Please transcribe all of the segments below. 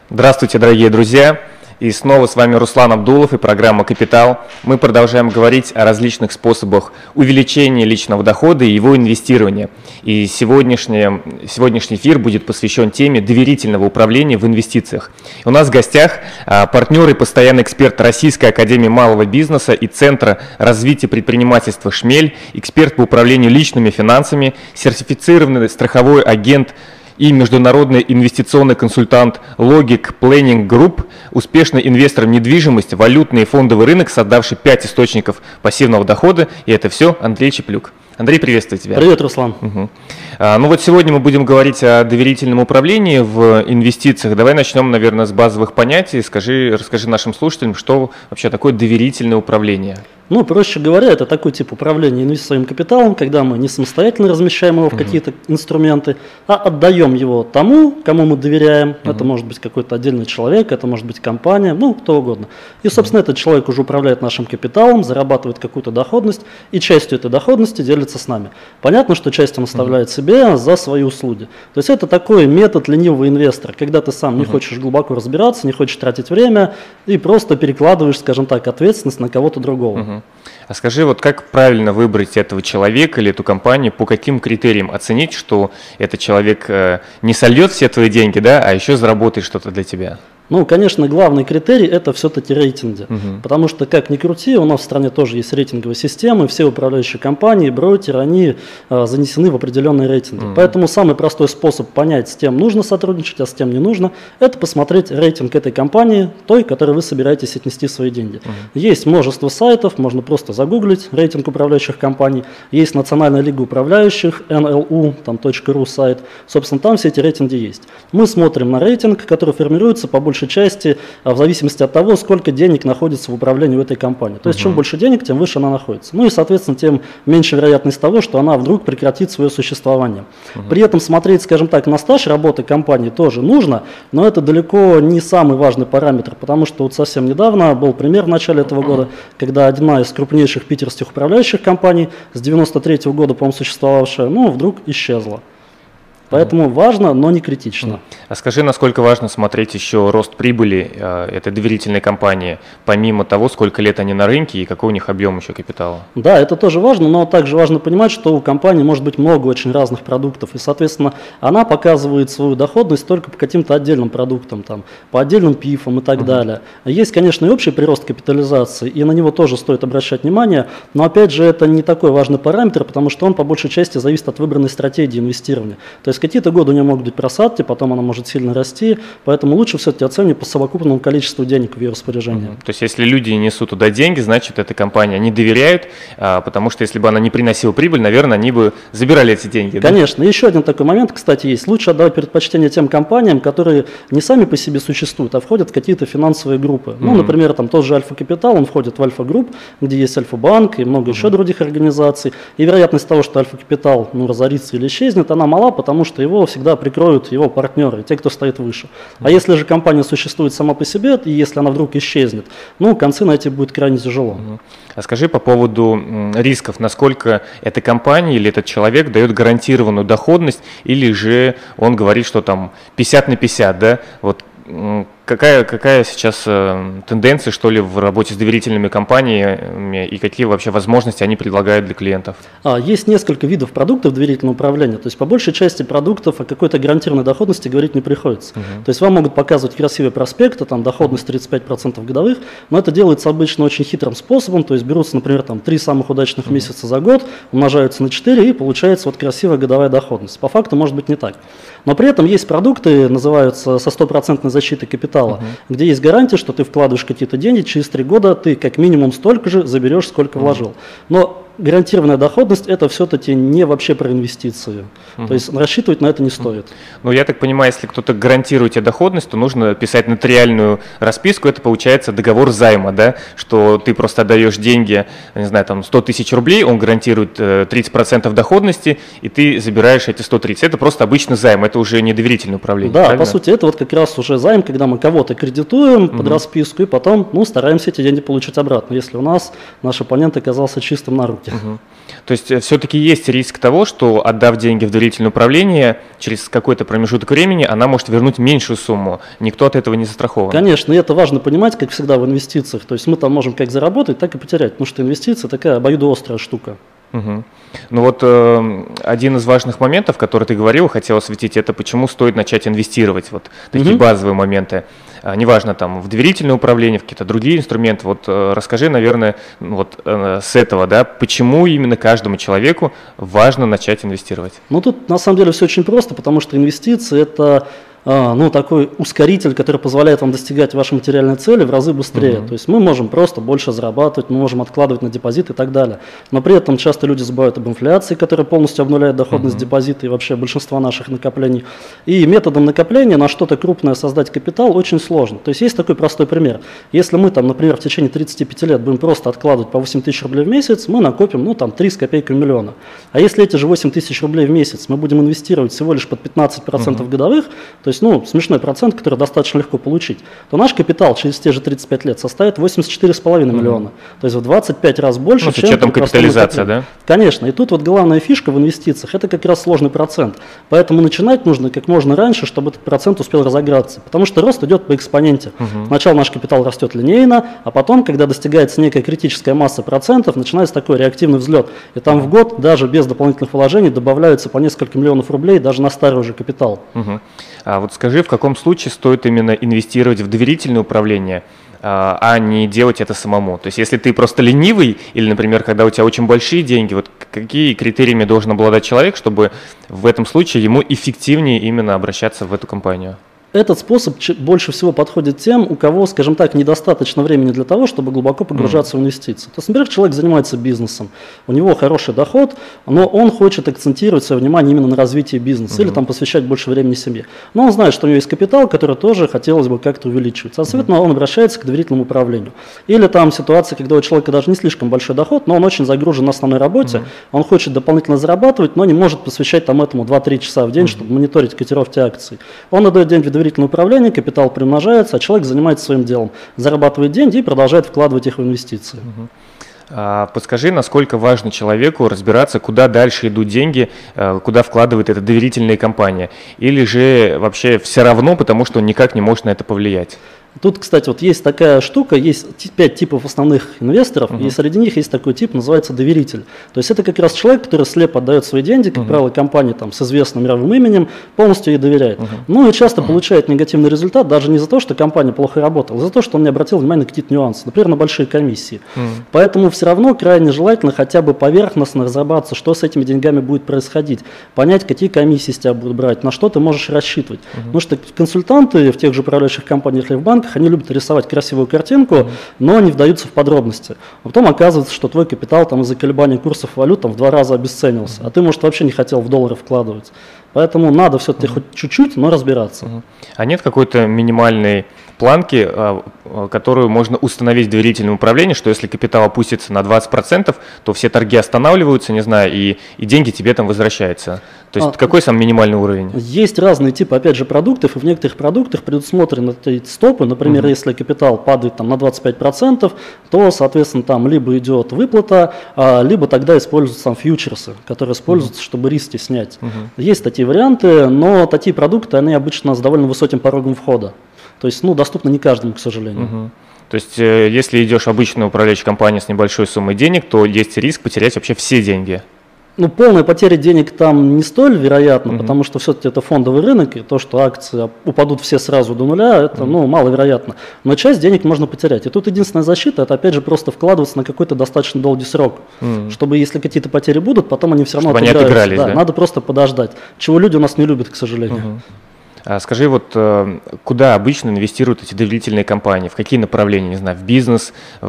Здравствуйте, дорогие друзья! И снова с вами Руслан Абдулов и программа «Капитал». Мы продолжаем говорить о различных способах увеличения личного дохода и его инвестирования. И сегодняшний эфир будет посвящен теме доверительного управления в инвестициях. У нас в гостях партнер и постоянный эксперт Российской академии малого бизнеса и Центра развития предпринимательства «Шмель», эксперт по управлению личными финансами, сертифицированный страховой агент и международный инвестиционный консультант Logic Planning Group, успешный инвестор в недвижимость, валютный и фондовый рынок, создавший 5 источников пассивного дохода. И это все Андрей Чеплюк. Андрей, приветствую тебя. Привет, Руслан. Ну вот сегодня мы будем говорить о доверительном управлении в инвестициях. Давай начнем, наверное, с базовых понятий. Расскажи нашим слушателям, что вообще такое доверительное управление. Ну, проще говоря, это такой тип управления инвестиционным капиталом, когда мы не самостоятельно размещаем его в какие-то инструменты, а отдаем его тому, кому мы доверяем. Это может быть какой-то отдельный человек, это может быть компания, ну, кто угодно. И, собственно, этот человек уже управляет нашим капиталом, зарабатывает какую-то доходность, и частью этой доходности делится с нами. Понятно, что часть он оставляет себе за свои услуги. То есть это такой метод ленивого инвестора, когда ты сам не хочешь глубоко разбираться, не хочешь тратить время и просто перекладываешь, скажем так, ответственность на кого-то другого. А скажи, вот как правильно выбрать этого человека или эту компанию, по каким критериям оценить, что этот человек не сольет все твои деньги, да, а еще заработает что-то для тебя? Ну, конечно, главный критерий – это все-таки рейтинги, потому что, как ни крути, у нас в стране тоже есть рейтинговые системы, все управляющие компании, брокеры, они занесены в определенные рейтинги. Поэтому самый простой способ понять, с кем нужно сотрудничать, а с кем не нужно, это посмотреть рейтинг этой компании, той, которой вы собираетесь отнести свои деньги. Есть множество сайтов, можно просто загуглить рейтинг управляющих компаний, есть Национальная лига управляющих, NLU, там .ru сайт, собственно, там все эти рейтинги есть. Мы смотрим на рейтинг, который формируется по большей части в зависимости от того, сколько денег находится в управлении в этой компании. То есть чем больше денег, тем выше она находится. Ну и, соответственно, тем меньше вероятность того, что она вдруг прекратит свое существование. При этом смотреть, скажем так, на стаж работы компании тоже нужно, но это далеко не самый важный параметр, потому что вот совсем недавно был пример в начале этого года, когда одна из крупнейших питерских управляющих компаний с 93 года, по-моему, существовавшая, ну, вдруг исчезла. Поэтому важно, но не критично. А скажи, насколько важно смотреть еще рост прибыли этой доверительной компании, помимо того, сколько лет они на рынке и какой у них объем еще капитала? Да, это тоже важно, но также важно понимать, что у компании может быть много очень разных продуктов, и, соответственно, она показывает свою доходность только по каким-то отдельным продуктам, там, по отдельным ПИФам и так далее. Есть, конечно, и общий прирост капитализации, и на него тоже стоит обращать внимание, но, опять же, это не такой важный параметр, потому что он по большей части зависит от выбранной стратегии инвестирования. То есть какие-то годы у нее могут быть просадки, потом она может сильно расти, поэтому лучше все-таки оценивать по совокупному количеству денег в ее распоряжении. То есть если люди несут туда деньги, значит, этой компании они доверяют, потому что если бы она не приносила прибыль, наверное, они бы забирали эти деньги. Конечно. Да? Еще один такой момент, кстати, есть. Лучше отдавать предпочтение тем компаниям, которые не сами по себе существуют, а входят в какие-то финансовые группы. Ну, например, там тот же Альфа-Капитал, он входит в Альфа-групп, где есть Альфа-банк и много еще других организаций. И вероятность того, что Альфа-Капитал разорится или исчезнет, она мала, потому что его всегда прикроют его партнеры, те, кто стоит выше. А если же компания существует сама по себе, и если она вдруг исчезнет, ну, концы найти будет крайне тяжело. А скажи по поводу рисков, насколько эта компания или этот человек дает гарантированную доходность, или же он говорит, что там 50 на 50, да? Вот какая сейчас тенденция, что ли, в работе с доверительными компаниями и какие вообще возможности они предлагают для клиентов? Есть несколько видов продуктов доверительного управления. То есть по большей части продуктов о какой-то гарантированной доходности говорить не приходится. То есть вам могут показывать красивые проспекты, там доходность 35% годовых, но это делается обычно очень хитрым способом. То есть берутся, например, там 3 самых удачных месяца за год, умножаются на 4 и получается вот красивая годовая доходность. По факту может быть не так. Но при этом есть продукты, называются со 100% защитой капитала, где есть гарантия, что ты вкладываешь какие-то деньги, через 3 года ты как минимум столько же заберешь, сколько вложил. Но гарантированная доходность – это все-таки не вообще про инвестиции. То есть рассчитывать на это не стоит. Ну, я так понимаю, если кто-то гарантирует тебе доходность, то нужно писать нотариальную расписку. Это получается договор займа, да? Что ты просто отдаешь деньги, не знаю, там 100 тысяч рублей, он гарантирует 30% доходности, и ты забираешь эти 130. Это просто обычный займ, это уже не доверительное управление. Да, правильно? по сути, это вот как раз уже займ, когда мы кого-то кредитуем под расписку, и потом стараемся эти деньги получить обратно, если у нас наш оппонент оказался чистым на руки. ошибки. То есть все-таки есть риск того, что, отдав деньги в доверительное управление, через какой-то промежуток времени она может вернуть меньшую сумму. Никто от этого не застрахован. Конечно, и это важно понимать, как всегда в инвестициях. То есть мы там можем как заработать, так и потерять, потому что инвестиции такая обоюдоострая штука. Ну вот один из важных моментов, который ты говорил, хотел осветить, это почему стоит начать инвестировать, вот такие базовые моменты. Неважно, там, в доверительное управление, в какие-то другие инструменты. Вот расскажи, наверное, вот с этого, да, почему именно каждому человеку важно начать инвестировать? Ну тут на самом деле все очень просто, потому что инвестиции – это такой ускоритель, который позволяет вам достигать вашей материальной цели в разы быстрее. То есть мы можем просто больше зарабатывать, мы можем откладывать на депозит и так далее. Но при этом часто люди забывают об инфляции, которая полностью обнуляет доходность депозита и вообще большинства наших накоплений. И методом накопления на что-то крупное создать капитал очень сложно. То есть есть такой простой пример. Если мы, там, например, в течение 35 лет будем просто откладывать по 8 тысяч рублей в месяц, мы накопим 3 с копейкой миллиона. А если эти же 8 тысяч рублей в месяц мы будем инвестировать всего лишь под 15% годовых, то есть смешной процент, который достаточно легко получить, то наш капитал через те же 35 лет составит 84,5 миллиона. То есть в 25 раз больше, чем... с учетом капитализации, да? Конечно. И тут вот главная фишка в инвестициях – это как раз сложный процент. Поэтому начинать нужно как можно раньше, чтобы этот процент успел разогнаться. Потому что рост идет по экспоненте. Сначала наш капитал растет линейно, а потом, когда достигается некая критическая масса процентов, начинается такой реактивный взлет. И там в год даже без дополнительных вложений добавляются по несколько миллионов рублей даже на старый уже капитал. А вот скажи, в каком случае стоит именно инвестировать в доверительное управление, а не делать это самому? То есть если ты просто ленивый, или, например, когда у тебя очень большие деньги, вот какие критериями должен обладать человек, чтобы в этом случае ему эффективнее именно обращаться в эту компанию? Этот способ больше всего подходит тем, у кого, скажем так, недостаточно времени для того, чтобы глубоко погружаться в инвестиции. То есть, например, человек занимается бизнесом, у него хороший доход, но он хочет акцентировать свое внимание именно на развитии бизнеса или там посвящать больше времени семье. Но он знает, что у него есть капитал, который тоже хотелось бы как-то увеличивать. Соответственно, он обращается к доверительному управлению. Или там ситуация, когда у человека даже не слишком большой доход, но он очень загружен на основной работе, он хочет дополнительно зарабатывать, но не может посвящать там этому 2-3 часа в день, чтобы мониторить котировки акций. Он отдает деньги в доверительное управление, капитал примножается, а человек занимается своим делом, зарабатывает деньги и продолжает вкладывать их в инвестиции. Подскажи, насколько важно человеку разбираться, куда дальше идут деньги, куда вкладывает эта доверительная компания, или же вообще все равно, потому что он никак не может на это повлиять? Тут, кстати, вот есть такая штука, есть 5 типов основных инвесторов, и среди них есть такой тип, называется доверитель. То есть это как раз человек, который слепо отдает свои деньги, как правило, компании там, с известным мировым именем, полностью ей доверяет. Ну и часто получает негативный результат даже не за то, что компания плохо работала, а за то, что он не обратил внимания на какие-то нюансы, например, на большие комиссии. Поэтому все равно крайне желательно хотя бы поверхностно разобраться, что с этими деньгами будет происходить, понять, какие комиссии с тебя будут брать, на что ты можешь рассчитывать. Потому что консультанты в тех же управляющих компаниях или в банках, они любят рисовать красивую картинку, но не вдаются в подробности. А потом оказывается, что твой капитал там, из-за колебаний курсов валют там, в 2 раза обесценился, а ты, может, вообще не хотел в доллары вкладывать. Поэтому надо все-таки хоть чуть-чуть, но разбираться. А нет какой-то минимальной планки, которую можно установить в доверительном управлении, что если капитал опустится на 20%, то все торги останавливаются, не знаю, и деньги тебе там возвращаются. То есть какой сам минимальный уровень? Есть разные типы, опять же, продуктов, и в некоторых продуктах предусмотрены эти стопы. Например, если капитал падает там, на 25%, то, соответственно, там либо идет выплата, либо тогда используются там фьючерсы, которые используются, чтобы риски снять. Есть такие варианты, но такие продукты, они обычно с довольно высоким порогом входа. То есть, доступно не каждому, к сожалению. То есть, если идешь в обычную управляющую компанию с небольшой суммой денег, то есть риск потерять вообще все деньги. Полная потеря денег там не столь вероятна, потому что все-таки это фондовый рынок, и то, что акции упадут все сразу до нуля, это маловероятно. Но часть денег можно потерять. И тут единственная защита – это опять же просто вкладываться на какой-то достаточно долгий срок, чтобы если какие-то потери будут, потом они все равно отыграются. Да, надо просто подождать, чего люди у нас не любят, к сожалению. Скажи, вот куда обычно инвестируют эти доверительные компании, в какие направления, не знаю, в бизнес,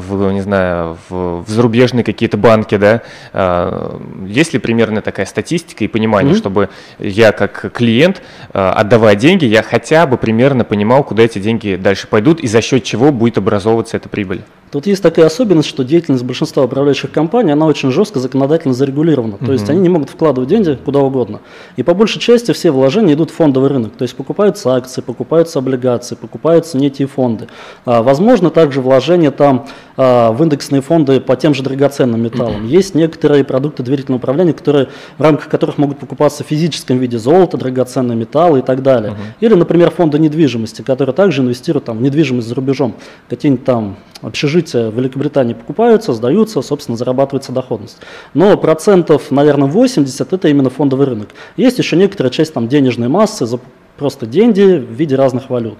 в зарубежные какие-то банки, да? Есть ли примерно такая статистика и понимание, чтобы я как клиент, отдавая деньги, я хотя бы примерно понимал, куда эти деньги дальше пойдут и за счет чего будет образовываться эта прибыль? Тут есть такая особенность, что деятельность большинства управляющих компаний, она очень жестко законодательно зарегулирована. То есть они не могут вкладывать деньги куда угодно. И по большей части все вложения идут в фондовый рынок. То есть покупаются акции, покупаются облигации, покупаются некие фонды. Возможно также вложение там в индексные фонды по тем же драгоценным металлам. Есть некоторые продукты доверительного управления, которые, в рамках которых могут покупаться в физическом виде золото, драгоценные металлы и так далее. Или, например, фонды недвижимости, которые также инвестируют там, в недвижимость за рубежом. Какие-нибудь там общежития в Великобритании покупаются, сдаются, собственно, зарабатывается доходность. Но процентов, наверное, 80 – это именно фондовый рынок. Есть еще некоторая часть там, денежной массы, просто деньги в виде разных валют.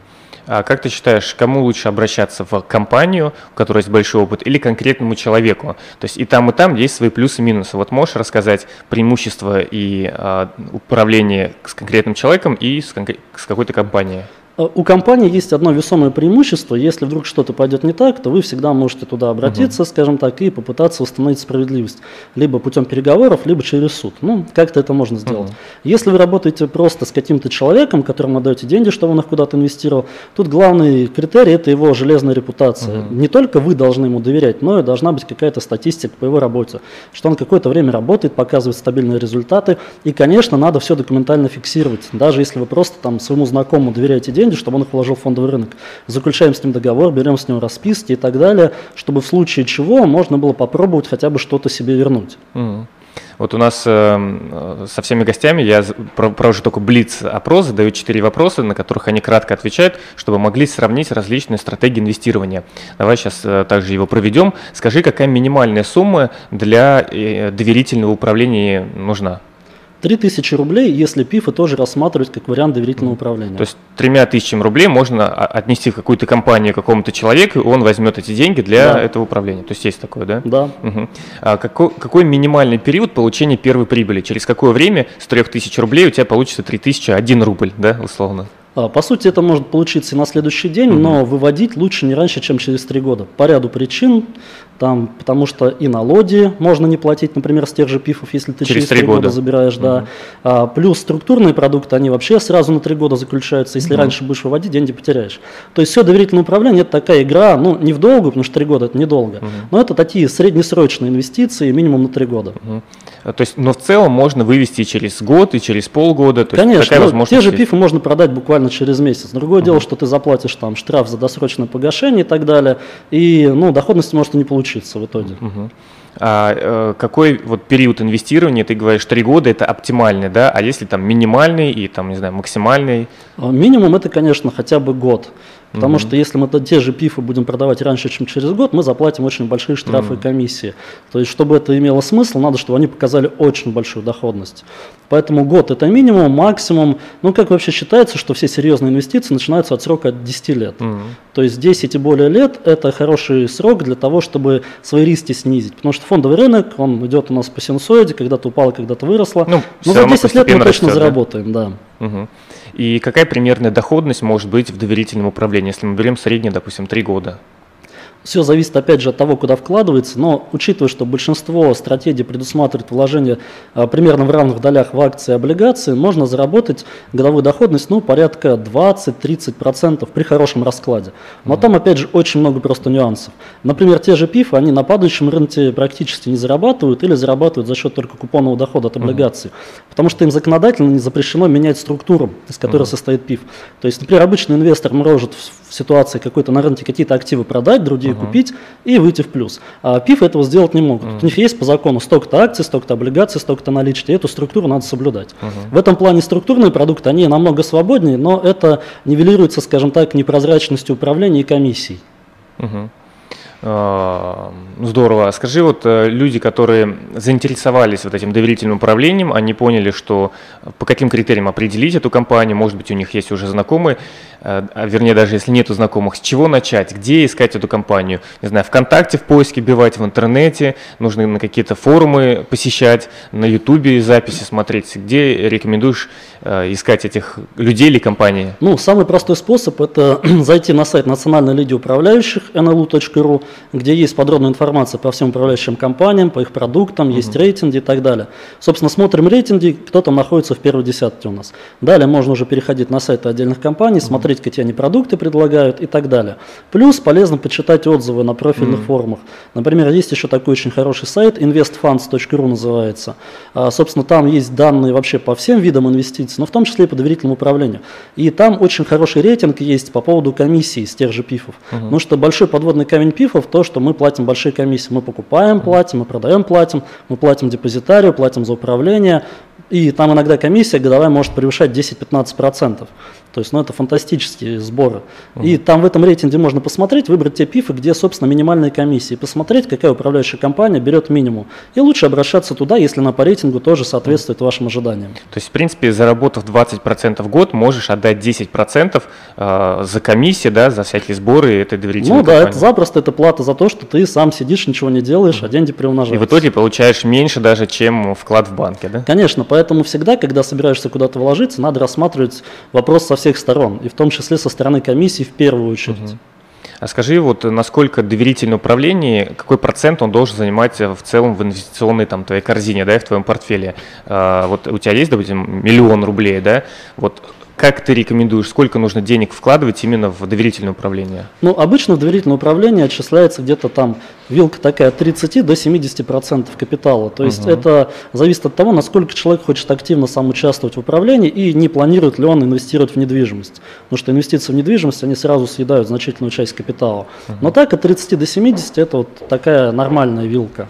А как ты считаешь, кому лучше обращаться, в компанию, у которой есть большой опыт, или конкретному человеку? То есть и там есть свои плюсы и минусы. Вот можешь рассказать преимущества и управления с конкретным человеком и с какой-то компанией? У компании есть одно весомое преимущество. Если вдруг что-то пойдет не так, то вы всегда можете туда обратиться, скажем так, и попытаться установить справедливость. Либо путем переговоров, либо через суд. Ну, как-то это можно сделать. Если вы работаете просто с каким-то человеком, которому отдаете деньги, чтобы он их куда-то инвестировал, тут главный критерий – это его железная репутация. Не только вы должны ему доверять, но и должна быть какая-то статистика по его работе. Что он какое-то время работает, показывает стабильные результаты. И, конечно, надо все документально фиксировать. Даже если вы просто там своему знакомому доверяете деньги, чтобы он их вложил в фондовый рынок. Заключаем с ним договор, берем с него расписки и так далее, чтобы в случае чего можно было попробовать хотя бы что-то себе вернуть. Вот у нас со всеми гостями я провожу только блиц-опрос, задаю 4 вопроса, на которых они кратко отвечают, чтобы могли сравнить различные стратегии инвестирования. Давай сейчас также его проведем. Скажи, какая минимальная сумма для доверительного управления нужна? 3000 рублей, если ПИФы тоже рассматривать как вариант доверительного управления. То есть 3000 рублей можно отнести в какую-то компанию какому-то человеку, и он возьмет эти деньги для этого управления. То есть есть такое, да? Да. А какой минимальный период получения первой прибыли? Через какое время с 3000 рублей у тебя получится 3001 рубль, да, условно? По сути, это может получиться и на следующий день, но выводить лучше не раньше, чем через 3 года. По ряду причин, потому что и налоги можно не платить, например, с тех же ПИФов, если ты через 3 года забираешь. Да. Плюс структурные продукты, они вообще сразу на 3 года заключаются. Если раньше будешь выводить, деньги потеряешь. То есть все доверительное управление – это такая игра, ну, не в долгую, потому что 3 года – это недолго, но это такие среднесрочные инвестиции, минимум на 3 года. То есть, но в целом можно вывести и через год, и через полгода. То Конечно, есть такая возможность те же ПИФы можно продать буквально через месяц. Другое дело, что ты заплатишь там штраф за досрочное погашение и так далее, и доходности может и не получиться в итоге. А какой вот период инвестирования, ты говоришь, 3 года это оптимальный, да? А если там минимальный и там, не знаю, максимальный? Минимум это, конечно, хотя бы год. Потому что если мы те же ПИФы будем продавать раньше, чем через год, мы заплатим очень большие штрафы и комиссии. То есть, чтобы это имело смысл, надо, чтобы они показали очень большую доходность. Поэтому год – это минимум, максимум. Ну, как вообще считается, что все серьезные инвестиции начинаются от срока от 10 лет. То есть 10 и более лет – это хороший срок для того, чтобы свои риски снизить. Потому что фондовый рынок, он идет у нас по синусоиде, когда-то упало, когда-то выросло. Но за 10 лет мы точно заработаем, да. И какая примерная доходность может быть в доверительном управлении, если мы берем среднее, допустим, 3 года? Все зависит, опять же, от того, куда вкладывается, но учитывая, что большинство стратегий предусматривает вложение примерно в равных долях в акции и облигации, можно заработать годовую доходность порядка 20-30% при хорошем раскладе. Но там, опять же, очень много просто нюансов. Например, те же ПИФы, они на падающем рынке практически не зарабатывают или зарабатывают за счет только купонного дохода от облигаций, потому что им законодательно не запрещено менять структуру, из которой состоит ПИФ. То есть, например, обычный инвестор может в ситуации какой-то на рынке какие-то активы продать, другие купить и выйти в плюс. А ПИФы этого сделать не могут. У них есть по закону столько-то акций, столько-то облигаций, столько-то налички, и эту структуру надо соблюдать. В этом плане структурные продукты, они намного свободнее, но это нивелируется, скажем так, непрозрачностью управления и комиссий. Здорово. Скажи, вот люди, которые заинтересовались вот этим доверительным управлением, они поняли, что по каким критериям определить эту компанию, может быть, у них есть уже знакомые, вернее, даже если нету знакомых, с чего начать, где искать эту компанию? Не знаю, ВКонтакте в поиске вбивать, в интернете, нужно на какие-то форумы посещать, на Ютубе записи смотреть. Где рекомендуешь искать этих людей или компании? Самый простой способ – это зайти на сайт Национальной лиги управляющих nlu.ru. где есть подробная информация по всем управляющим компаниям, по их продуктам, есть рейтинги и так далее. Собственно, смотрим рейтинги, кто там находится в первой десятке у нас. Далее можно уже переходить на сайты отдельных компаний, смотреть, какие они продукты предлагают и так далее. Плюс полезно почитать отзывы на профильных форумах. Например, есть еще такой очень хороший сайт, investfunds.ru называется. Собственно, там есть данные вообще по всем видам инвестиций, но в том числе и по доверительному управлению. И там очень хороший рейтинг есть по поводу комиссий с тех же ПИФов. Потому что большой подводный камень ПИФов то, что мы платим большие комиссии. Мы покупаем, платим, мы продаем, платим, мы платим депозитарию, платим за управление. И там иногда комиссия годовая может превышать 10-15%. То есть, это фантастические сборы. И там в этом рейтинге можно посмотреть, выбрать те ПИФы, где, собственно, минимальные комиссии, посмотреть, какая управляющая компания берет минимум. И лучше обращаться туда, если она по рейтингу тоже соответствует вашим ожиданиям. То есть, в принципе, заработав 20% в год, можешь отдать 10% за комиссии, да, за всякие сборы этой доверительной компании. Это запросто, это плата за то, что ты сам сидишь, ничего не делаешь, а деньги приумножаются. И в итоге получаешь меньше даже, чем вклад в банке, да? Конечно, поэтому всегда, когда собираешься куда-то вложиться, надо рассматривать вопрос со всех сторон, и в том числе со стороны комиссии в первую очередь. А скажи, насколько доверительное управление, какой процент он должен занимать в целом в инвестиционной твоей корзине, да, в твоем портфеле? У тебя есть, допустим, 1 000 000 рублей, да? Как ты рекомендуешь, сколько нужно денег вкладывать именно в доверительное управление? Обычно в доверительное управление отчисляется где-то вилка такая от 30 до 70% капитала. То есть это зависит от того, насколько человек хочет активно сам участвовать в управлении и не планирует ли он инвестировать в недвижимость. Потому что инвестиции в недвижимость, они сразу съедают значительную часть капитала. Но так от 30 до 70 это такая нормальная вилка.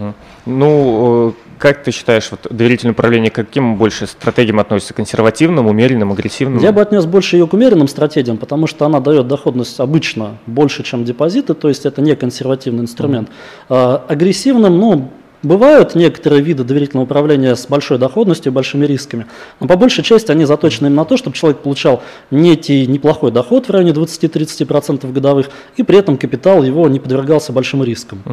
Как ты считаешь, доверительное управление к каким больше стратегиям относится? Консервативным, умеренным, агрессивным? Я бы отнес больше ее к умеренным стратегиям, потому что она дает доходность обычно больше, чем депозиты, то есть это не консервативный инструмент. Агрессивным, бывают некоторые виды доверительного управления с большой доходностью и большими рисками, но по большей части они заточены именно на то, чтобы человек получал некий неплохой доход в районе 20-30% годовых, и при этом капитал его не подвергался большим рискам.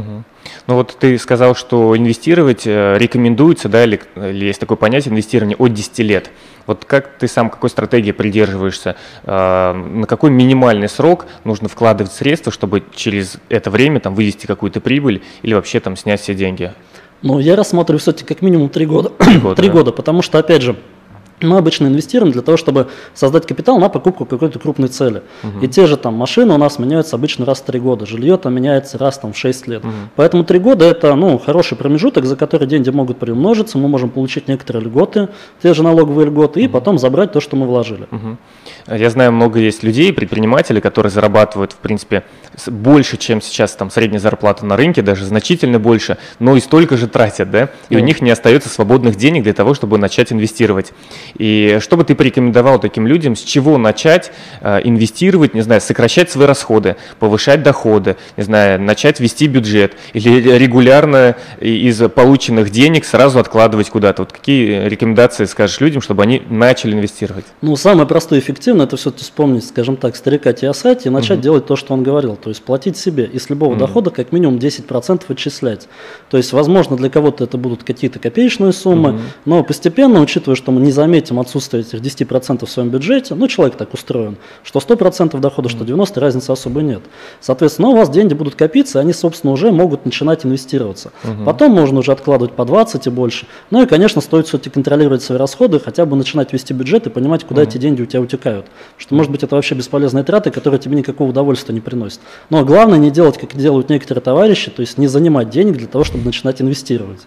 Ты сказал, что инвестировать рекомендуется, да, или есть такое понятие инвестирования от 10 лет. Как ты сам, какой стратегии придерживаешься? На какой минимальный срок нужно вкладывать средства, чтобы через это время вывести какую-то прибыль или вообще снять все деньги? Я рассматриваю все-таки как минимум 3 года. 3 года, потому что, опять же, мы обычно инвестируем для того, чтобы создать капитал на покупку какой-то крупной цели. И те же машины у нас меняются обычно раз в 3 года, жилье меняется раз в 6 лет. Поэтому 3 года это хороший промежуток, за который деньги могут приумножиться, мы можем получить некоторые льготы, те же налоговые льготы, и потом забрать то, что мы вложили. Я знаю, много есть людей, предпринимателей, которые зарабатывают, в принципе, больше, чем сейчас средняя зарплата на рынке, даже значительно больше, но и столько же тратят, да? И у них не остается свободных денег для того, чтобы начать инвестировать. И что бы ты порекомендовал таким людям, с чего начать инвестировать, не знаю, сокращать свои расходы, повышать доходы, не знаю, начать вести бюджет или регулярно из полученных денег сразу откладывать куда-то? Какие рекомендации скажешь людям, чтобы они начали инвестировать? Самое простое и эффективное — это все-таки вспомнить, скажем так, старика Кийосаки и начать делать то, что он говорил, то есть платить себе из любого дохода как минимум 10% отчислять. То есть, возможно, для кого-то это будут какие-то копеечные суммы, но постепенно, учитывая, что мы не заметим отсутствие этих 10% в своем бюджете, человек так устроен, что 100% дохода, что 90%, разницы особо нет. Соответственно, у вас деньги будут копиться, они, собственно, уже могут начинать инвестироваться. Потом можно уже откладывать по 20 и больше. И, конечно, стоит все-таки контролировать свои расходы, хотя бы начинать вести бюджет и понимать, куда эти деньги у тебя утекают. Потому что, может быть, это вообще бесполезные траты, которые тебе никакого удовольствия не приносят. Но главное не делать, как делают некоторые товарищи, то есть не занимать денег для того, чтобы начинать инвестировать.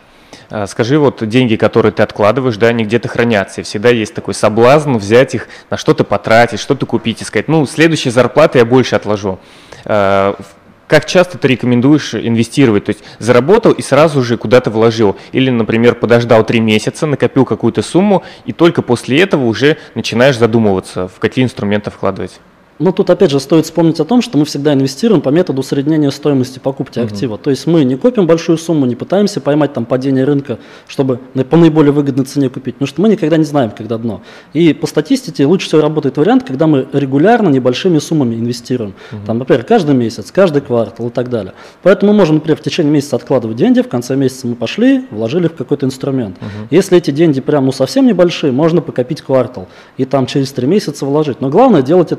Скажи, деньги, которые ты откладываешь, да, они где-то хранятся, и всегда есть такой соблазн взять их, на что-то потратить, что-то купить и сказать, следующей зарплаты я больше отложу. Как часто ты рекомендуешь инвестировать? То есть заработал и сразу же куда-то вложил? Или, например, подождал 3 месяца, накопил какую-то сумму, и только после этого уже начинаешь задумываться, в какие инструменты вкладывать? Тут опять же стоит вспомнить о том, что мы всегда инвестируем по методу усреднения стоимости покупки актива. То есть мы не копим большую сумму, не пытаемся поймать падение рынка, чтобы по наиболее выгодной цене купить, потому что мы никогда не знаем, когда дно. И по статистике лучше всего работает вариант, когда мы регулярно небольшими суммами инвестируем. Например, каждый месяц, каждый квартал и так далее. Поэтому мы можем, например, в течение месяца откладывать деньги, в конце месяца мы пошли, вложили в какой-то инструмент. Если эти деньги прям совсем небольшие, можно покопить квартал и через 3 месяца вложить. Но главное делать это регулярно.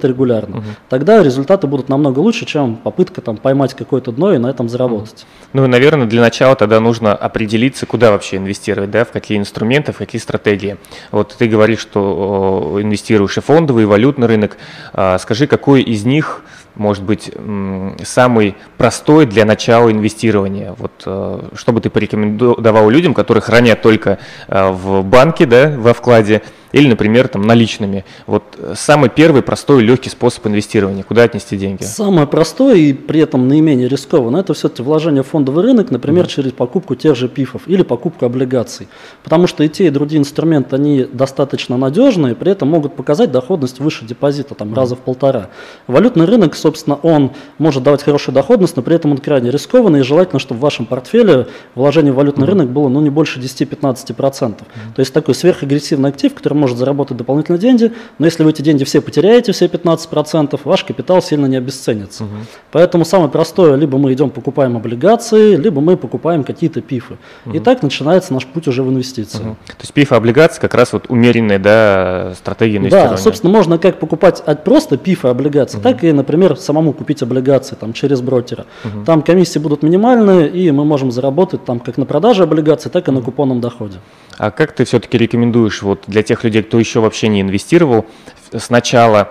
верно. Тогда результаты будут намного лучше, чем попытка там поймать какое-то дно и на этом заработать. Ну и, наверное, для начала тогда нужно определиться, куда вообще инвестировать, да, в какие инструменты, в какие стратегии. Вот ты говоришь, что инвестируешь и в фондовый, и в валютный рынок. Скажи, какой из них может быть самый простой для начала инвестирования? Вот, что бы ты порекомендовал людям, которые хранят только в банке, да, во вкладе, или, например, там, наличными? Вот самый первый простой и легкий способ инвестирования. Куда отнести деньги? Самое простое и при этом наименее рискованное – это все-таки вложение в фондовый рынок, например, через покупку тех же ПИФов или покупку облигаций. Потому что и те, и другие инструменты, они достаточно надежные, при этом могут показать доходность выше депозита, там, раза в 1,5. Валютный рынок, собственно, он может давать хорошую доходность, но при этом он крайне рискованный, и желательно, чтобы в вашем портфеле вложение в валютный рынок было не больше 10-15%. То есть такой сверхагрессивный актив, который может заработать дополнительные деньги, но если вы эти деньги все потеряете, все 15%, ваш капитал сильно не обесценится. Поэтому самое простое, либо мы идем покупаем облигации, либо мы покупаем какие-то ПИФы. И так начинается наш путь уже в инвестиции. То есть ПИФы, облигации как раз вот умеренная, да, стратегия инвестирования. Да, собственно, можно как покупать просто ПИФы, облигации, так и, например, самому купить облигации там, через брокера. Там комиссии будут минимальные, и мы можем заработать там как на продаже облигаций, так и на купонном доходе. А как ты все-таки рекомендуешь вот для тех людей, кто еще вообще не инвестировал, сначала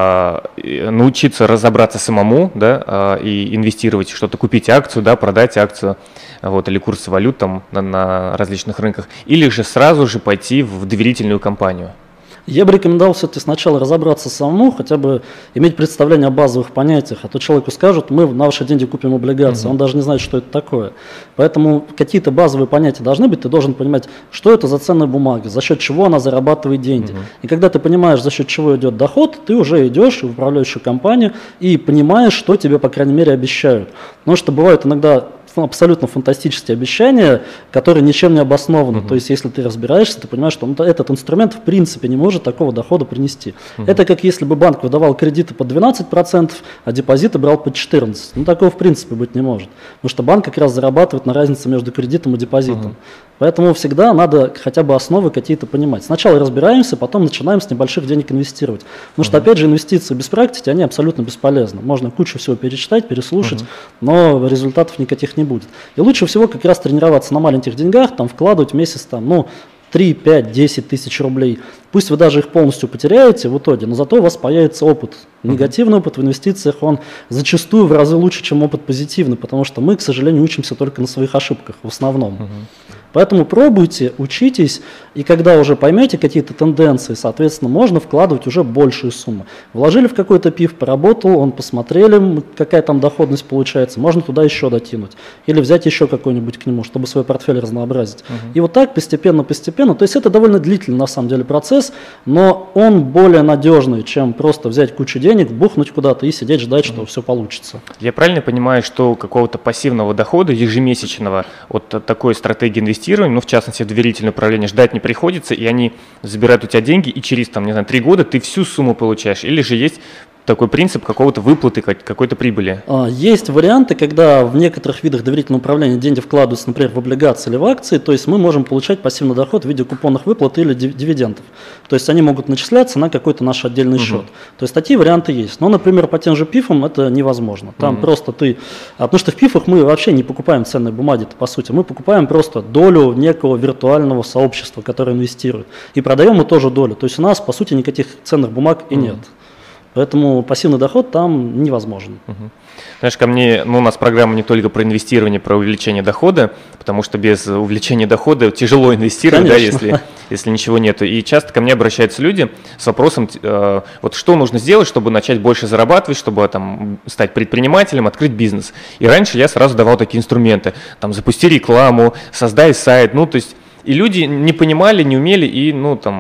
научиться разобраться самому, да, и инвестировать, что-то купить акцию, да, продать акцию, вот, или курсы валют там на различных рынках, или же сразу же пойти в доверительную компанию? Я бы рекомендовал все-таки сначала разобраться самому, хотя бы иметь представление о базовых понятиях, а то человеку скажут, мы на ваши деньги купим облигации, он даже не знает, что это такое. Поэтому какие-то базовые понятия должны быть, ты должен понимать, что это за ценная бумага, за счет чего она зарабатывает деньги. И когда ты понимаешь, за счет чего идет доход, ты уже идешь в управляющую компанию и понимаешь, что тебе, по крайней мере, обещают. Потому что бывают иногда абсолютно фантастические обещания, которые ничем не обоснованы. То есть, если ты разбираешься, ты понимаешь, что этот инструмент в принципе не может такого дохода принести. Это как если бы банк выдавал кредиты под 12%, а депозиты брал под 14%. Ну, такого в принципе быть не может. Потому что банк как раз зарабатывает на разнице между кредитом и депозитом. Поэтому всегда надо хотя бы основы какие-то понимать. Сначала разбираемся, потом начинаем с небольших денег инвестировать. Потому что, опять же, инвестиции без практики, они абсолютно бесполезны. Можно кучу всего перечитать, переслушать, но результатов никаких не будет. И лучше всего как раз тренироваться на маленьких деньгах, там, вкладывать в месяц там, 3, 5, 10 тысяч рублей. Пусть вы даже их полностью потеряете в итоге, но зато у вас появится опыт. Негативный опыт в инвестициях, он зачастую в разы лучше, чем опыт позитивный, потому что мы, к сожалению, учимся только на своих ошибках в основном. Поэтому пробуйте, учитесь, и когда уже поймете какие-то тенденции, соответственно, можно вкладывать уже большие суммы. Вложили в какой-то ПИФ, поработал, он посмотрели, какая там доходность получается, можно туда еще докинуть. Или взять еще какой-нибудь к нему, чтобы свой портфель разнообразить. И вот так постепенно, то есть это довольно длительный на самом деле процесс, но он более надежный, чем просто взять кучу денег, бухнуть куда-то и сидеть ждать, что все получится. Я правильно понимаю, что какого-то пассивного дохода ежемесячного от такой стратегии инвестирования, в частности, в доверительное управление, ждать не приходится, и они забирают у тебя деньги, и через, 3 года ты всю сумму получаешь? Или же есть такой принцип какого-то выплаты, какой-то прибыли? Есть варианты, когда в некоторых видах доверительного управления деньги вкладываются, например, в облигации или в акции, то есть мы можем получать пассивный доход в виде купонных выплат или дивидендов. То есть они могут начисляться на какой-то наш отдельный счет. То есть такие варианты есть. Но, например, по тем же ПИФам это невозможно. Там просто потому что в ПИФах мы вообще не покупаем ценные бумаги, по сути. Мы покупаем просто долю некого виртуального сообщества, которое инвестирует. И продаем мы тоже долю. То есть у нас, по сути, никаких ценных бумаг и нет. Поэтому пассивный доход там невозможен. Знаешь, ко мне, у нас программа не только про инвестирование, про увеличение дохода, потому что без увеличения дохода тяжело инвестировать, да, если ничего нету. И часто ко мне обращаются люди с вопросом, вот что нужно сделать, чтобы начать больше зарабатывать, чтобы стать предпринимателем, открыть бизнес. И раньше я сразу давал такие инструменты, запусти рекламу, создай сайт, то есть. И люди не понимали, не умели и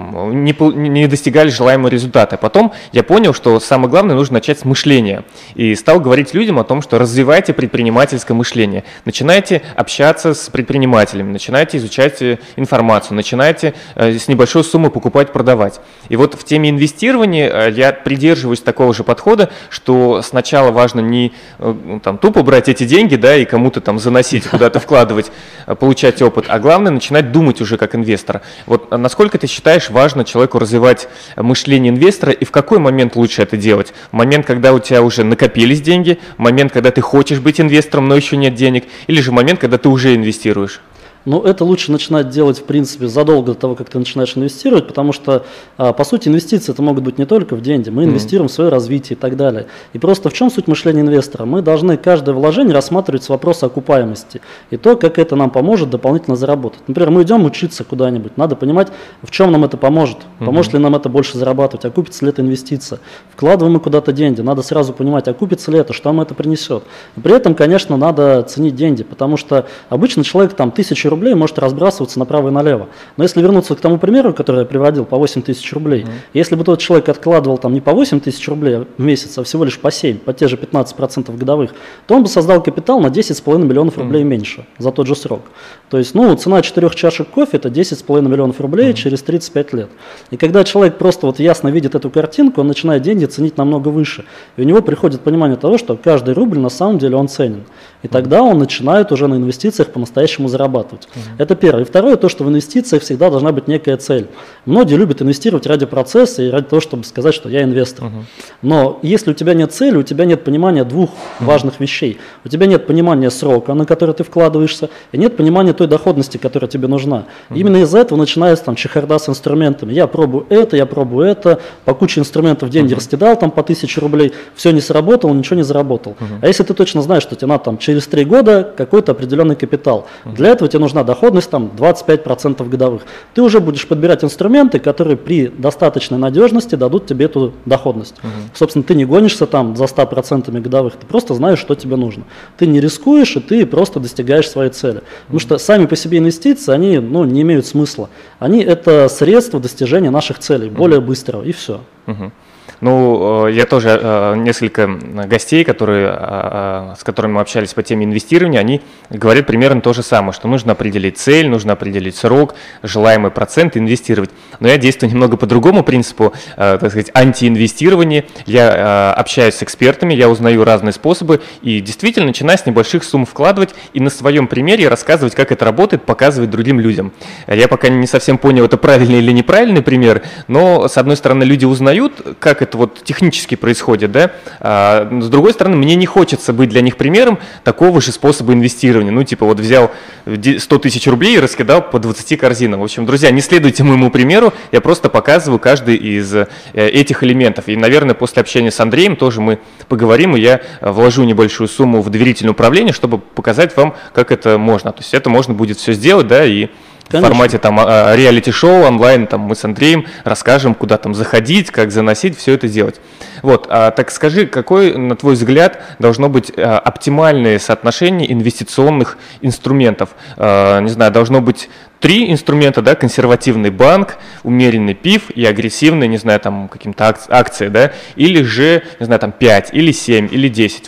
не достигали желаемого результата. Потом я понял, что самое главное нужно начать с мышления. И стал говорить людям о том, что развивайте предпринимательское мышление. Начинайте общаться с предпринимателями, начинайте изучать информацию, начинайте с небольшой суммы покупать, продавать. И вот в теме инвестирования я придерживаюсь такого же подхода, что сначала важно не тупо брать эти деньги, да, и кому-то заносить, куда-то вкладывать, получать опыт, а главное начинать думать думать уже как инвестор. Вот насколько ты считаешь важно человеку развивать мышление инвестора, и в какой момент лучше это делать? В момент, когда у тебя уже накопились деньги, в момент, когда ты хочешь быть инвестором, но еще нет денег, или же в момент, когда ты уже инвестируешь? Но это лучше начинать делать, в принципе, задолго до того, как ты начинаешь инвестировать, потому что, по сути, инвестиции это могут быть не только в деньги, мы инвестируем в свое развитие и так далее. И просто в чем суть мышления инвестора? Мы должны каждое вложение рассматривать с вопроса окупаемости и то, как это нам поможет дополнительно заработать. Например, мы идем учиться куда-нибудь, надо понимать, в чем нам это поможет, поможет ли нам это больше зарабатывать, окупится ли это инвестиция. Вкладываем мы куда-то деньги, надо сразу понимать, окупится ли это, что нам это принесет. И при этом, конечно, надо ценить деньги, потому что обычно человек там 1000 рублей может разбрасываться направо и налево. Но если вернуться к тому примеру, который я приводил, по 8 тысяч рублей, если бы тот человек откладывал там не по 8 тысяч рублей в месяц, а всего лишь по 7, по те же 15% годовых, то он бы создал капитал на 10,5 миллионов рублей меньше за тот же срок. То есть, цена 4 чашек кофе – это 10,5 миллионов рублей через 35 лет. И когда человек просто вот ясно видит эту картинку, он начинает деньги ценить намного выше. И у него приходит понимание того, что каждый рубль на самом деле он ценен. И тогда он начинает уже на инвестициях по-настоящему зарабатывать. Это первое. И второе, то, что в инвестициях всегда должна быть некая цель. Многие любят инвестировать ради процесса и ради того, чтобы сказать, что я инвестор. Но если у тебя нет цели, у тебя нет понимания двух важных вещей. У тебя нет понимания срока, на который ты вкладываешься, и нет понимания той доходности, которая тебе нужна. Именно из-за этого начинается там чехарда с инструментами. Я пробую это, по куче инструментов деньги раскидал там по 1000 рублей, все не сработало, ничего не заработал. А если ты точно знаешь, что тебе надо там через 3 года какой-то определенный капитал, для этого тебе нужна доходность там 25% годовых. Ты уже будешь подбирать инструменты, которые при достаточной надежности дадут тебе эту доходность. Собственно, ты не гонишься там за 100% годовых, ты просто знаешь, что тебе нужно. Ты не рискуешь, и ты просто достигаешь своей цели. Потому что сами по себе инвестиции, они не имеют смысла. Они это средство достижения наших целей, более быстрого, и все. Я тоже несколько гостей, с которыми мы общались по теме инвестирования, они говорят примерно то же самое, что нужно определить цель, нужно определить срок, желаемый процент, инвестировать. Но я действую немного по другому принципу, так сказать, антиинвестирования. Я общаюсь с экспертами, я узнаю разные способы и действительно начинаю с небольших сумм вкладывать и на своем примере рассказывать, как это работает, показывать другим людям. Я пока не совсем понял, это правильный или неправильный пример, но с одной стороны люди узнают, как это вот технически происходит, да, а с другой стороны, мне не хочется быть для них примером такого же способа инвестирования. Вот взял 100 тысяч рублей и раскидал по 20 корзинам. В общем, друзья, не следуйте моему примеру, я просто показываю каждый из этих элементов. И, наверное, после общения с Андреем тоже мы поговорим, и я вложу небольшую сумму в доверительное управление, чтобы показать вам, как это можно. То есть это можно будет все сделать, да, и в формате там реалити-шоу онлайн, там мы с Андреем расскажем, куда там заходить, как заносить, все это делать. Так скажи, какой, на твой взгляд, должно быть оптимальное соотношение инвестиционных инструментов? Не знаю, должно быть 3 инструмента, да, консервативный банк, умеренный ПИФ и агрессивный, не знаю, там каким-то акции, да, или же, не знаю, там 5, или 7, или 10,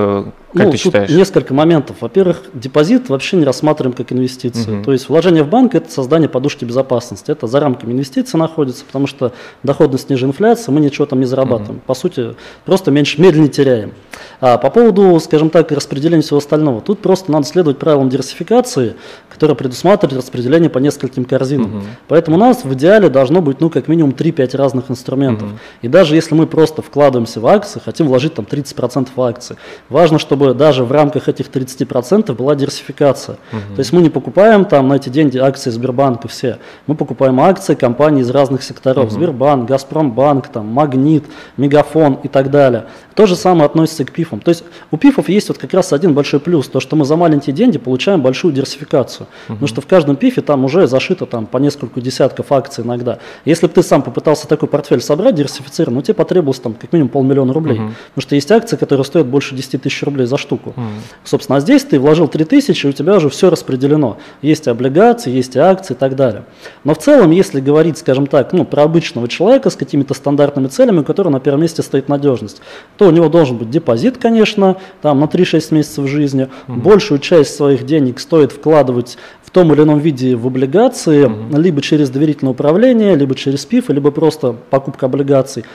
как ты считаешь? Тут несколько моментов. Во-первых, депозит вообще не рассматриваем как инвестицию. То есть вложение в банк – это создание подушки безопасности. Это за рамками инвестиций находится, потому что доходность ниже инфляции, мы ничего там не зарабатываем. По сути, просто медленнее теряем. А по поводу, скажем так, распределения всего остального, тут просто надо следовать правилам диверсификации, которые предусматривают распределение по нескольким корзинам. Поэтому у нас в идеале должно быть как минимум 3-5 разных инструментов. И даже если мы просто вкладываемся в акции, хотим вложить там 30% в акции, важно, чтобы даже в рамках этих 30% была диверсификация. То есть мы не покупаем там на эти деньги акции Сбербанка все. Мы покупаем акции компаний из разных секторов. Сбербанк, Газпромбанк, там, Магнит, Мегафон и так далее. То же самое относится к ПИФам. То есть у ПИФов есть как раз один большой плюс, то что мы за маленькие деньги получаем большую диверсификацию. Потому что в каждом ПИФе там уже зашито там, по несколько десятков акций иногда. Если бы ты сам попытался такой портфель собрать, диверсифицированный, тебе потребовалось там как минимум 500 000 рублей. Потому что есть акции, которые стоят больше 10 тысяч рублей за штуку. Собственно, а здесь ты вложил 3000, и у тебя уже все распределено. Есть и облигации, есть и акции и так далее. Но в целом, если говорить, скажем так, про обычного человека с какими-то стандартными целями, у которого на первом месте стоит надежность, то то у него должен быть депозит, конечно, там на 3-6 месяцев жизни. Большую часть своих денег стоит вкладывать в том или ином виде в облигации, либо через доверительное управление, либо через ПИФ, либо просто покупка облигаций,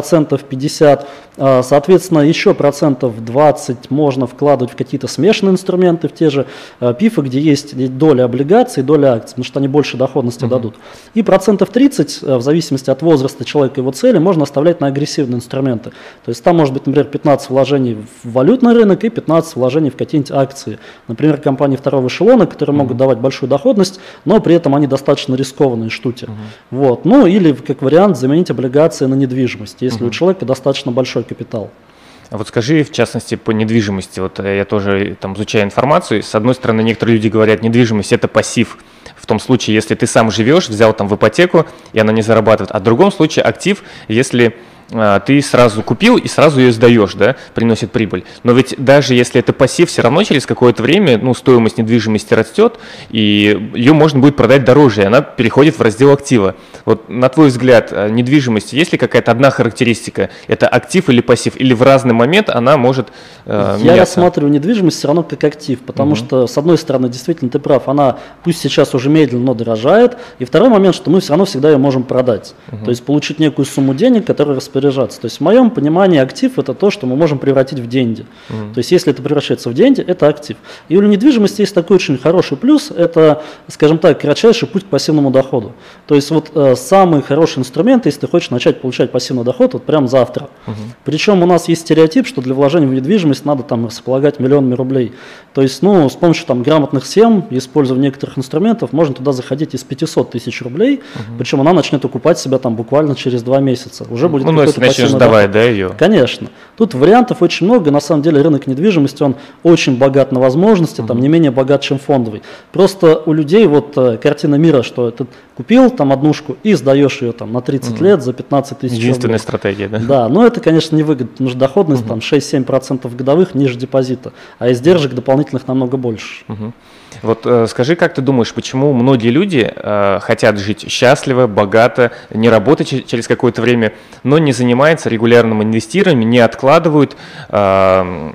50%. Соответственно, еще 20% можно вкладывать в какие-то смешанные инструменты, в те же ПИФы, где есть доля облигаций, доля акций, потому что они больше доходности дадут. И 30%, в зависимости от возраста человека и его цели, можно оставлять на агрессивные инструменты. То есть там может быть, например, 15 вложений в валютный рынок и 15 вложений в какие-нибудь акции. Например, компании второго эшелона, которые могут давать большую доходность, но при этом они достаточно рискованные штуки. Вот. Ну или, как вариант, заменить облигации на недвижимость, если у человека достаточно большой капитал. А вот скажи, в частности, по недвижимости, вот я тоже там изучаю информацию, с одной стороны, некоторые люди говорят, недвижимость – это пассив, в том случае, если ты сам живешь, взял там в ипотеку, и она не зарабатывает, а в другом случае актив, если ты сразу купил и сразу ее сдаешь, да, приносит прибыль. Но ведь даже если это пассив, все равно через какое-то время, ну, стоимость недвижимости растет, и ее можно будет продать дороже, и она переходит в раздел актива. Вот на твой взгляд, недвижимость, есть ли какая-то одна характеристика? Это актив или пассив? Или в разный момент она может меняться? Я рассматриваю недвижимость все равно как актив, потому что, с одной стороны, действительно, ты прав, она пусть сейчас уже медленно, но дорожает, и второй момент, что мы все равно всегда ее можем продать, то есть получить некую сумму денег, которая распоряжается. То есть в моем понимании актив – это то, что мы можем превратить в деньги. То есть если это превращается в деньги, это актив. И у недвижимости есть такой очень хороший плюс – это, скажем так, кратчайший путь к пассивному доходу. То есть вот самый хороший инструмент, если ты хочешь начать получать пассивный доход, вот прямо завтра. Причем у нас есть стереотип, что для вложения в недвижимость надо там располагать миллионами рублей. То есть, ну, с помощью там грамотных схем, использования некоторых инструментов, можно туда заходить из 500 тысяч рублей, причем она начнет окупать себя там буквально через 2 месяца. Уже будет если начнешь сдавать, да, ее? Конечно. Тут вариантов очень много. На самом деле рынок недвижимости, он очень богат на возможности, там не менее богат, чем фондовый. Просто у людей вот картина мира, что ты купил там однушку и сдаешь ее там на 30 лет за 15 тысяч рублей. Единственная стратегия, да? Да, но это, конечно, невыгодно, потому что доходность там 6-7% годовых ниже депозита, а издержек дополнительных намного больше. Вот скажи, как ты думаешь, почему многие люди хотят жить счастливо, богато, не работать через какое-то время, но не занимаются регулярным инвестированием, не откладывают? Что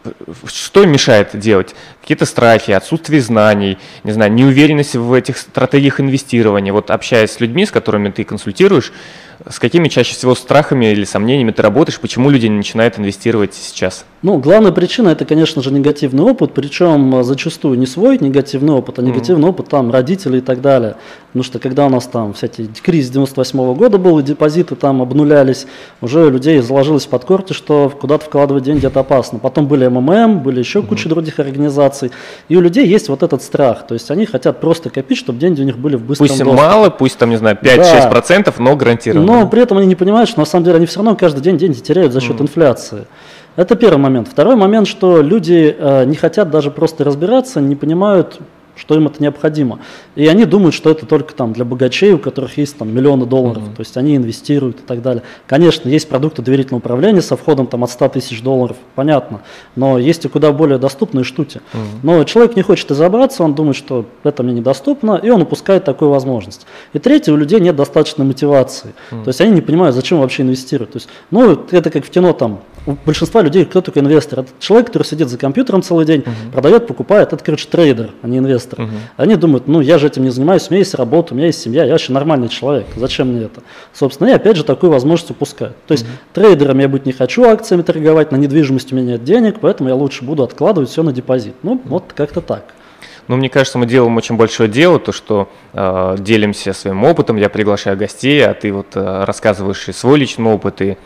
им мешает делать? Какие-то страхи, отсутствие знаний, не знаю, неуверенность в этих стратегиях инвестирования. Вот общаясь с людьми, с которыми ты консультируешь, с какими чаще всего страхами или сомнениями ты работаешь, почему люди не начинают инвестировать сейчас? Ну, главная причина – это, конечно же, негативный опыт, причем зачастую не свой негативный опыт, а негативный опыт там родителей и так далее. Потому что когда у нас там всякий кризис 98 года был, и депозиты там обнулялись, уже у людей заложилось в подкорте, что куда-то вкладывать деньги – это опасно. Потом были МММ, были еще куча других организаций, и у людей есть вот этот страх, то есть они хотят просто копить, чтобы деньги у них были в быстром доступе. Пусть мало, пусть там, не знаю, 5-6%, но гарантированно. Но при этом они не понимают, что на самом деле они все равно каждый день деньги теряют за счет инфляции. Это первый момент. Второй момент, что люди не хотят даже просто разбираться, не понимают, что им это необходимо. И они думают, что это только там для богачей, у которых есть там миллионы долларов, то есть они инвестируют и так далее. Конечно, есть продукты доверительного управления со входом там от 100 тысяч долларов, понятно, но есть и куда более доступные штуки. Но человек не хочет разобраться, он думает, что это мне недоступно, и он упускает такую возможность. И третье, у людей нет достаточной мотивации, то есть они не понимают, зачем вообще инвестировать. То есть, ну, это как в кино там, у большинства людей кто только инвестор? Это человек, который сидит за компьютером целый день, продает, покупает, это, короче, трейдер, а не инвестор. Они думают, ну я же этим не занимаюсь, у меня есть работа, у меня есть семья, я вообще нормальный человек, зачем мне это? Собственно, и опять же такую возможность упускают. То есть трейдером я быть не хочу, акциями торговать, на недвижимость у меня нет денег, поэтому я лучше буду откладывать все на депозит. Ну вот как-то так. Ну, мне кажется, мы делаем очень большое дело, то, что делимся своим опытом, я приглашаю гостей, а ты вот рассказываешь и свой личный опыт, и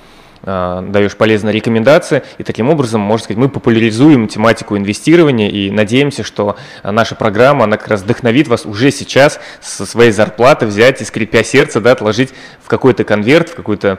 даешь полезные рекомендации, и таким образом, можно сказать, мы популяризуем тематику инвестирования и надеемся, что наша программа, она как раз вдохновит вас уже сейчас со своей зарплаты взять и, скрипя сердце, да, отложить в какой-то конверт, в какой-то,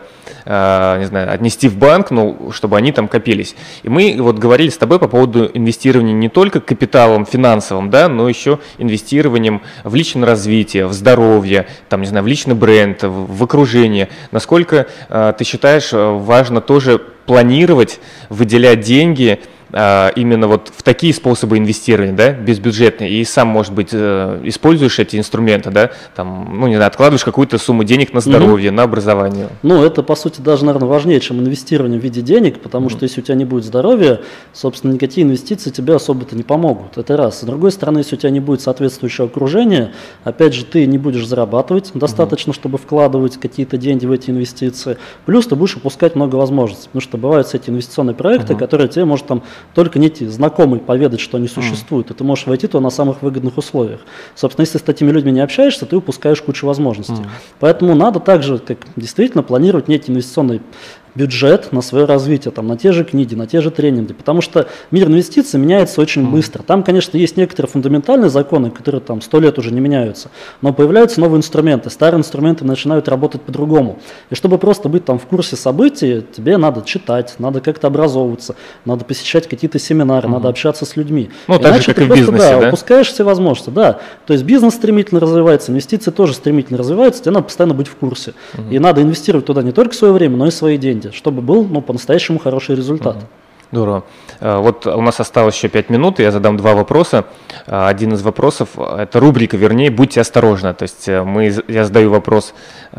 не знаю, отнести в банк, ну, чтобы они там копились. И мы вот говорили с тобой по поводу инвестирования не только капиталом финансовым, да, но еще инвестированием в личное развитие, в здоровье, там, не знаю, в личный бренд, в окружение. Насколько ты считаешь важно тоже планировать, выделять деньги именно вот в такие способы инвестирования, да, безбюджетные, и сам, может быть, используешь эти инструменты, да, там, ну, не знаю, откладываешь какую-то сумму денег на здоровье, на образование. Ну, это, по сути, даже, наверное, важнее, чем инвестирование в виде денег, потому что если у тебя не будет здоровья, собственно, никакие инвестиции тебе особо-то не помогут. Это раз. С другой стороны, если у тебя не будет соответствующего окружения, опять же, ты не будешь зарабатывать достаточно, чтобы вкладывать какие-то деньги в эти инвестиции, плюс ты будешь упускать много возможностей, потому что бывают эти инвестиционные проекты, которые тебе может там только некий знакомый поведать, что они существуют, и ты можешь войти туда на самых выгодных условиях. Собственно, если с такими людьми не общаешься, ты упускаешь кучу возможностей. Поэтому надо также как, действительно планировать некий инвестиционный бюджет на свое развитие, там, на те же книги, на те же тренинги, потому что мир инвестиций меняется очень быстро. Там, конечно, есть некоторые фундаментальные законы, которые там 100 лет уже не меняются, но появляются новые инструменты, старые инструменты начинают работать по-другому. И чтобы просто быть там в курсе событий, тебе надо читать, надо как-то образовываться, надо посещать какие-то семинары, надо общаться с людьми. Ну, так же, как и в бизнесе, да? Упускаешь все возможности, да. То есть бизнес стремительно развивается, инвестиции тоже стремительно развиваются, тебе надо постоянно быть в курсе. И надо инвестировать туда не только свое время, но и свои деньги, чтобы был, ну, по-настоящему хороший результат. Здорово. Вот у нас осталось еще 5 минут, и я задам 2 вопроса. Один из вопросов – это рубрика, вернее, «Будьте осторожны». То есть я задаю вопрос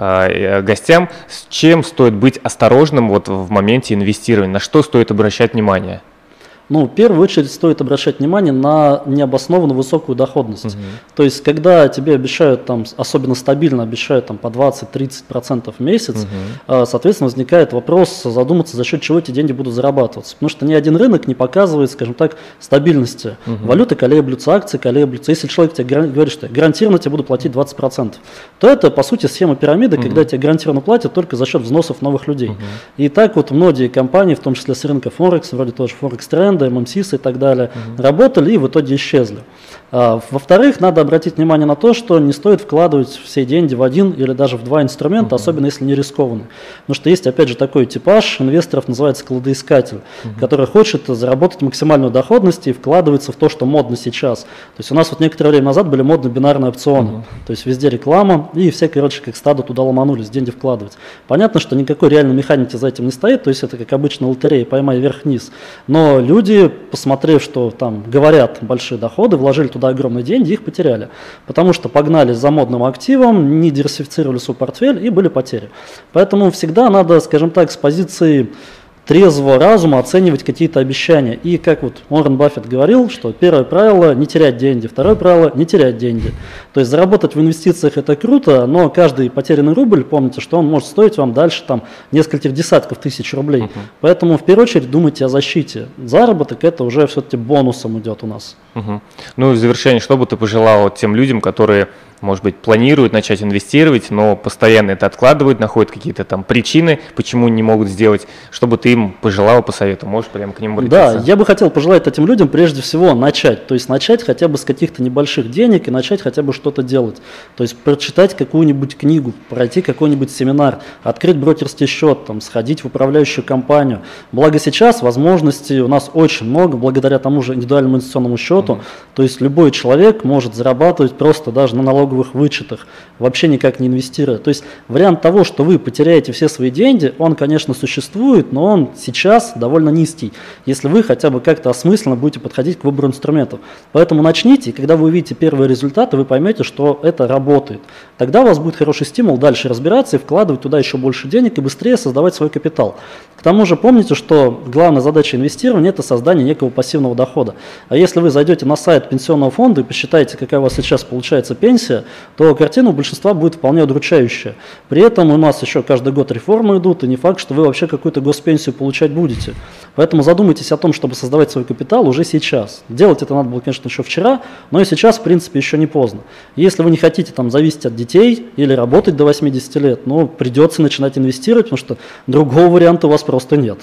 гостям, с чем стоит быть осторожным вот в моменте инвестирования, на что стоит обращать внимание? Ну, в первую очередь стоит обращать внимание на необоснованно высокую доходность. То есть, когда тебе обещают, там, особенно стабильно обещают там, по 20-30% в месяц, соответственно, возникает вопрос задуматься, за счет чего эти деньги будут зарабатываться. Потому что ни один рынок не показывает, скажем так, стабильности. Валюты колеблются, акции колеблются. Если человек тебе говорит, что я гарантированно тебе буду платить 20%, то это, по сути, схема пирамиды, когда тебе гарантированно платят только за счет взносов новых людей. И так вот многие компании, в том числе с рынка Форекс, вроде тоже Форекс Тренд, ММСИС и так далее, работали и в итоге исчезли. Во-вторых, надо обратить внимание на то, что не стоит вкладывать все деньги в один или даже в 2 инструмента, особенно если не рискованные. Потому что есть, опять же, такой типаж инвесторов, называется кладоискатель, который хочет заработать максимальную доходность и вкладывается в то, что модно сейчас. То есть у нас вот некоторое время назад были модны бинарные опционы, то есть везде реклама, и все, короче, как стадо туда ломанулись, деньги вкладывать. Понятно, что никакой реальной механики за этим не стоит, то есть это как обычно лотерея, поймай вверх-вниз. Но люди, посмотрев, что там говорят большие доходы, вложили туда огромные деньги, их потеряли. Потому что погнались за модным активом, не диверсифицировали свой портфель и были потери. Поэтому всегда надо, скажем так, с позиции трезвого разума оценивать какие-то обещания. И как вот Уоррен Баффет говорил, что первое правило – не терять деньги, второе правило – не терять деньги. То есть заработать в инвестициях – это круто, но каждый потерянный рубль, помните, что он может стоить вам дальше там нескольких десятков тысяч рублей. Поэтому в первую очередь думайте о защите. Заработок – это уже все-таки бонусом идет у нас. Ну и в завершение, что бы ты пожелал тем людям, которые, может быть, планируют начать инвестировать, но постоянно это откладывают, находят какие-то там причины, почему не могут сделать, что бы ты им пожелал, посоветовал, можешь прямо к ним обратиться? Да, я бы хотел пожелать этим людям прежде всего начать, то есть начать хотя бы с каких-то небольших денег и начать хотя бы что-то делать, то есть прочитать какую-нибудь книгу, пройти какой-нибудь семинар, открыть брокерский счет, там, сходить в управляющую компанию. Благо сейчас возможностей у нас очень много, благодаря тому же индивидуальному инвестиционному счету, то есть любой человек может зарабатывать просто даже на налоговых вычетах, вообще никак не инвестируя. То есть вариант того, что вы потеряете все свои деньги, он, конечно, существует, но он сейчас довольно низкий, если вы хотя бы как-то осмысленно будете подходить к выбору инструментов. Поэтому начните, и когда вы увидите первые результаты, вы поймете, что это работает. Тогда у вас будет хороший стимул дальше разбираться и вкладывать туда еще больше денег и быстрее создавать свой капитал. К тому же помните, что главная задача инвестирования – это создание некого пассивного дохода. А если вы зайдете на сайт пенсионного фонда и посчитаете, какая у вас сейчас получается пенсия, то картина у большинства будет вполне удручающая. При этом у нас еще каждый год реформы идут, и не факт, что вы вообще какую-то госпенсию получать будете. Поэтому задумайтесь о том, чтобы создавать свой капитал уже сейчас. Делать это надо было, конечно, еще вчера, но и сейчас, в принципе, еще не поздно. Если вы не хотите там зависеть от детей или работать до 80 лет, ну, придется начинать инвестировать, потому что другого варианта у вас просто нет.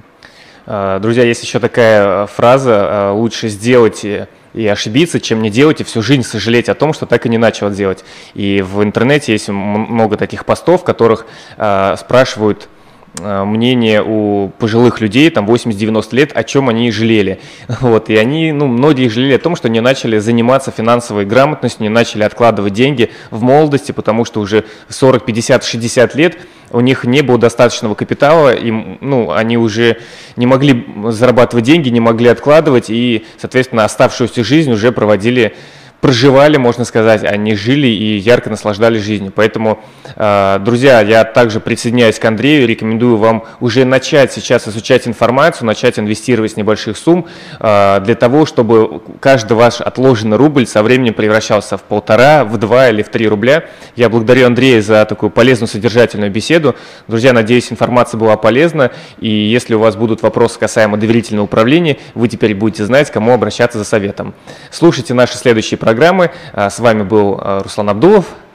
Друзья, есть еще такая фраза: лучше сделать и ошибиться, чем не делать и всю жизнь сожалеть о том, что так и не начал делать. И в интернете есть много таких постов, в которых спрашивают мнение у пожилых людей, там 80-90 лет, о чем они жалели. Вот, и они, многие жалели о том, что не начали заниматься финансовой грамотностью, не начали откладывать деньги в молодости, потому что уже 40, 50, 60 лет у них не было достаточного капитала, им, ну, они уже не могли зарабатывать деньги, не могли откладывать, и, соответственно, оставшуюся жизнь уже проживали, можно сказать, они жили и ярко наслаждались жизнью. Поэтому, друзья, я также присоединяюсь к Андрею, рекомендую вам уже начать сейчас изучать информацию, начать инвестировать с небольших сумм, для того, чтобы каждый ваш отложенный рубль со временем превращался в 1,5, в 2 или в 3 рубля. Я благодарю Андрея за такую полезную, содержательную беседу. Друзья, надеюсь, информация была полезна, и если у вас будут вопросы касаемо доверительного управления, вы теперь будете знать, к кому обращаться за советом. Слушайте наши следующие программы. С вами был Руслан Абдулов.